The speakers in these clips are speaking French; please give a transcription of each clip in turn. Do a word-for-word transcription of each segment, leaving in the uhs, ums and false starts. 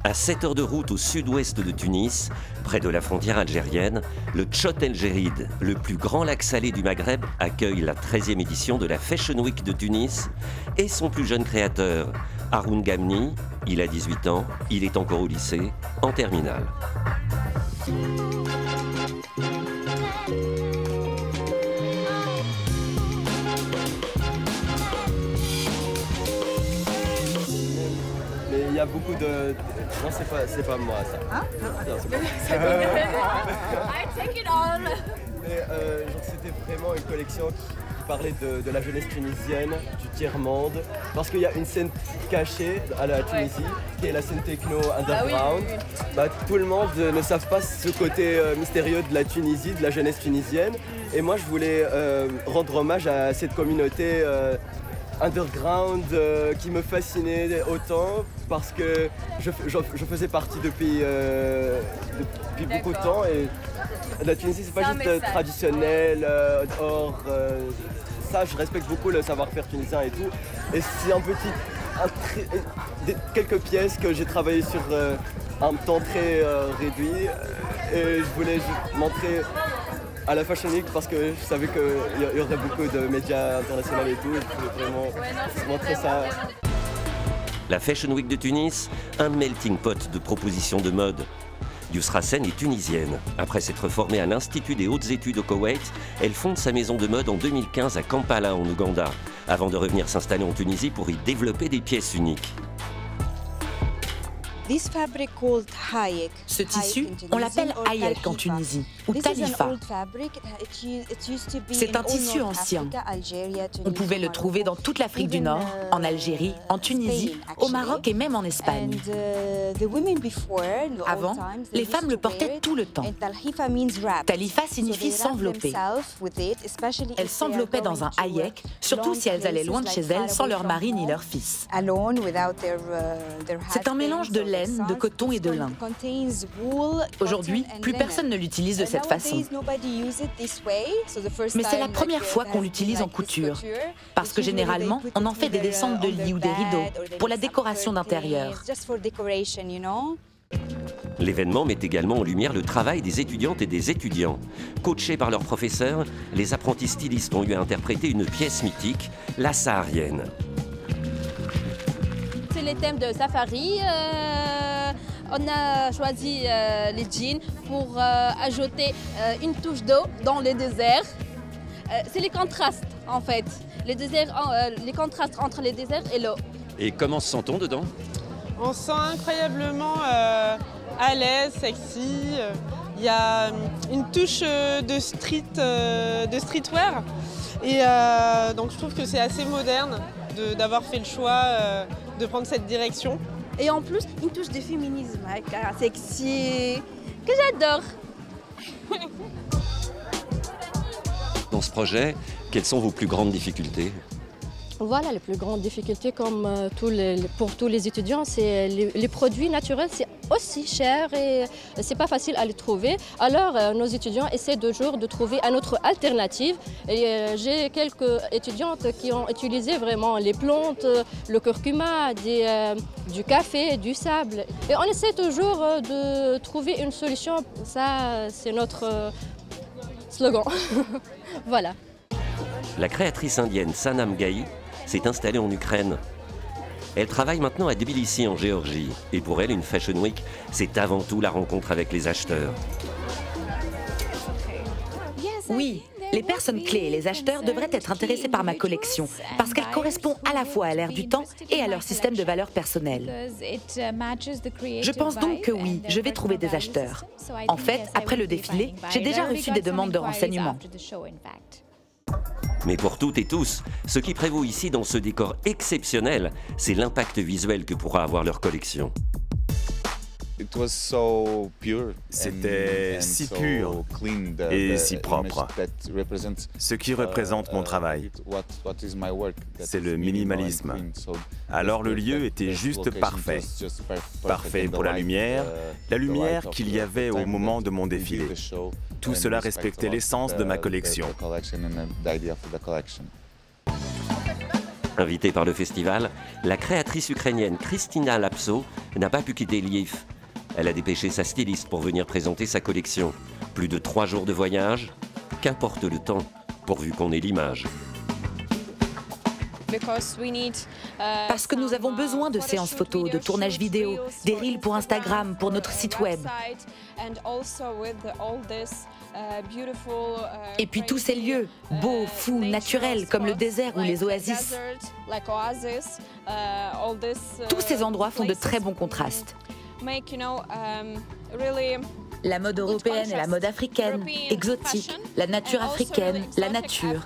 À sept heures de route au sud-ouest de Tunis, près de la frontière algérienne, le Tchot El Djerid, le plus grand lac salé du Maghreb, accueille la treizième édition de la Fashion Week de Tunis et son plus jeune créateur, Haroun Gamni. Il a dix-huit ans, il est encore au lycée, en terminale. Il y a beaucoup de... Non, c'est pas, c'est pas moi, ça. Hein? Non, c'est pas moi. I take it all. Mais, euh, genre, c'était vraiment une collection qui, qui parlait de, de la jeunesse tunisienne, du tiers-monde. Parce qu'il y a une scène cachée à la Tunisie, ouais, qui est la scène techno underground. Ah oui, oui, oui. Bah, tout le monde ne savent pas ce côté euh, mystérieux de la Tunisie, de la jeunesse tunisienne. Et moi, je voulais euh, rendre hommage à cette communauté euh, underground euh, qui me fascinait autant parce que je, je, je faisais partie depuis, euh, depuis beaucoup de temps et la Tunisie c'est pas juste euh, traditionnel, euh, or euh, ça je respecte beaucoup le savoir-faire tunisien et tout et c'est un petit, un très, des, quelques pièces que j'ai travaillé sur euh, un temps très euh, réduit et je voulais montrer à la Fashion Week parce que je savais qu'il y aurait beaucoup de médias internationaux et tout, et je voulais vraiment montrer ça. La Fashion Week de Tunis, un melting pot de propositions de mode. Yusra Sen est tunisienne. Après s'être formée à l'Institut des hautes études au Koweït, elle fonde sa maison de mode en deux mille quinze à Kampala en Ouganda, avant de revenir s'installer en Tunisie pour y développer des pièces uniques. Ce tissu, on l'appelle hayek en Tunisie, ou talifa. C'est un tissu ancien. On pouvait le trouver dans toute l'Afrique du Nord, en Algérie, en Tunisie, au Maroc et même en Espagne. Avant, les femmes le portaient tout le temps. Talifa signifie s'envelopper. Elles s'enveloppaient dans un hayek, surtout si elles allaient loin de chez elles sans leur mari ni leur fils. C'est un mélange de laine, de coton et de lin. Aujourd'hui, plus personne ne l'utilise de cette façon. Mais c'est la première fois qu'on l'utilise en couture, parce que généralement, on en fait des descentes de lit ou des rideaux, pour la décoration d'intérieur. L'événement met également en lumière le travail des étudiantes et des étudiants. Coachés par leurs professeurs, les apprentis stylistes ont eu à interpréter une pièce mythique, la saharienne. C'est les thèmes de safari. Euh, on a choisi euh, les jeans pour euh, ajouter euh, une touche d'eau dans les déserts. Euh, c'est les contrastes en fait, les, déserts, euh, les contrastes entre les déserts et l'eau. Et comment se sent-on dedans? On se sent incroyablement euh, à l'aise, sexy. Il y a une touche de street, euh, de streetwear. Et euh, donc je trouve que c'est assez moderne d'avoir fait le choix euh, de prendre cette direction. Et en plus, une touche de féminisme, sexy, que j'adore. Dans ce projet, quelles sont vos plus grandes difficultés? Voilà, les plus grandes difficultés, comme euh, tous les, pour tous les étudiants, c'est les, les produits naturels, c'est aussi cher et c'est pas facile à les trouver. Alors, euh, nos étudiants essaient toujours de trouver une autre alternative. Et euh, j'ai quelques étudiantes qui ont utilisé vraiment les plantes, le curcuma, des, euh, du café, du sable. Et on essaie toujours euh, de trouver une solution. Ça, c'est notre euh, slogan. Voilà. La créatrice indienne Sanam Gai s'est installée en Ukraine. Elle travaille maintenant à Tbilissi en Géorgie. Et pour elle, une Fashion Week, c'est avant tout la rencontre avec les acheteurs. Oui, les personnes clés et les acheteurs devraient être intéressés par ma collection parce qu'elle correspond à la fois à l'ère du temps et à leur système de valeurs personnelles. Je pense donc que oui, je vais trouver des acheteurs. En fait, après le défilé, j'ai déjà reçu des demandes de renseignements. Mais pour toutes et tous, ce qui prévaut ici dans ce décor exceptionnel, c'est l'impact visuel que pourra avoir leur collection. C'était si pur et si propre. Ce qui représente mon travail, c'est le minimalisme. Alors le lieu était juste parfait. Parfait pour la lumière, la lumière qu'il y avait au moment de mon défilé. Tout cela respectait l'essence de ma collection. Invitée par le festival, la créatrice ukrainienne Kristina Lapso n'a pas pu quitter Lviv. Elle a dépêché sa styliste pour venir présenter sa collection. Plus de trois jours de voyage, qu'importe le temps, pourvu qu'on ait l'image. Parce que nous avons besoin de séances photos, de tournages vidéo, des reels pour Instagram, pour notre site web. Et puis tous ces lieux, beaux, fous, naturels, comme le désert ou les oasis. Tous ces endroits font de très bons contrastes. La mode européenne et la mode africaine, exotique, la nature africaine, la nature.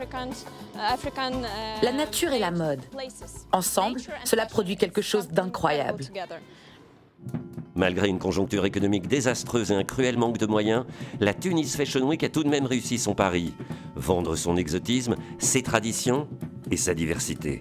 La nature et la mode. Ensemble, cela produit quelque chose d'incroyable. Malgré une conjoncture économique désastreuse et un cruel manque de moyens, la Tunis Fashion Week a tout de même réussi son pari. Vendre son exotisme, ses traditions et sa diversité.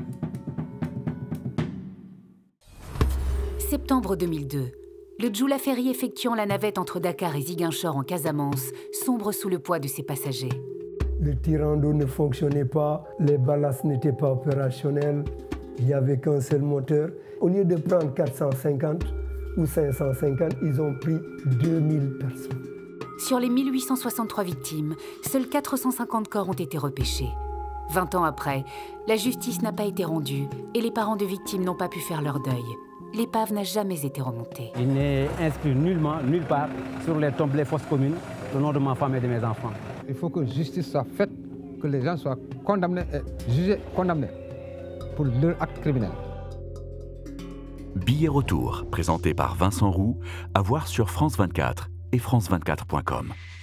Septembre deux mille deux. Le Joula Ferry effectuant la navette entre Dakar et Ziguinchor en Casamance sombre sous le poids de ses passagers. Le tirant d'eau ne fonctionnait pas, les ballasts n'étaient pas opérationnels, il n'y avait qu'un seul moteur. Au lieu de prendre quatre cent cinquante ou cinq cent cinquante, ils ont pris deux mille personnes. Sur les mille huit cent soixante-trois victimes, seuls quatre cent cinquante corps ont été repêchés. vingt ans après, la justice n'a pas été rendue et les parents de victimes n'ont pas pu faire leur deuil. L'épave n'a jamais été remontée. Il n'est inscrit nullement, nulle part, sur les tombes, les fosses communes, le nom de ma femme et de mes enfants. Il faut que justice soit faite, que les gens soient condamnés et jugés condamnés pour leur acte criminel. Billet retour, présenté par Vincent Roux, à voir sur France vingt-quatre et France vingt-quatre point com.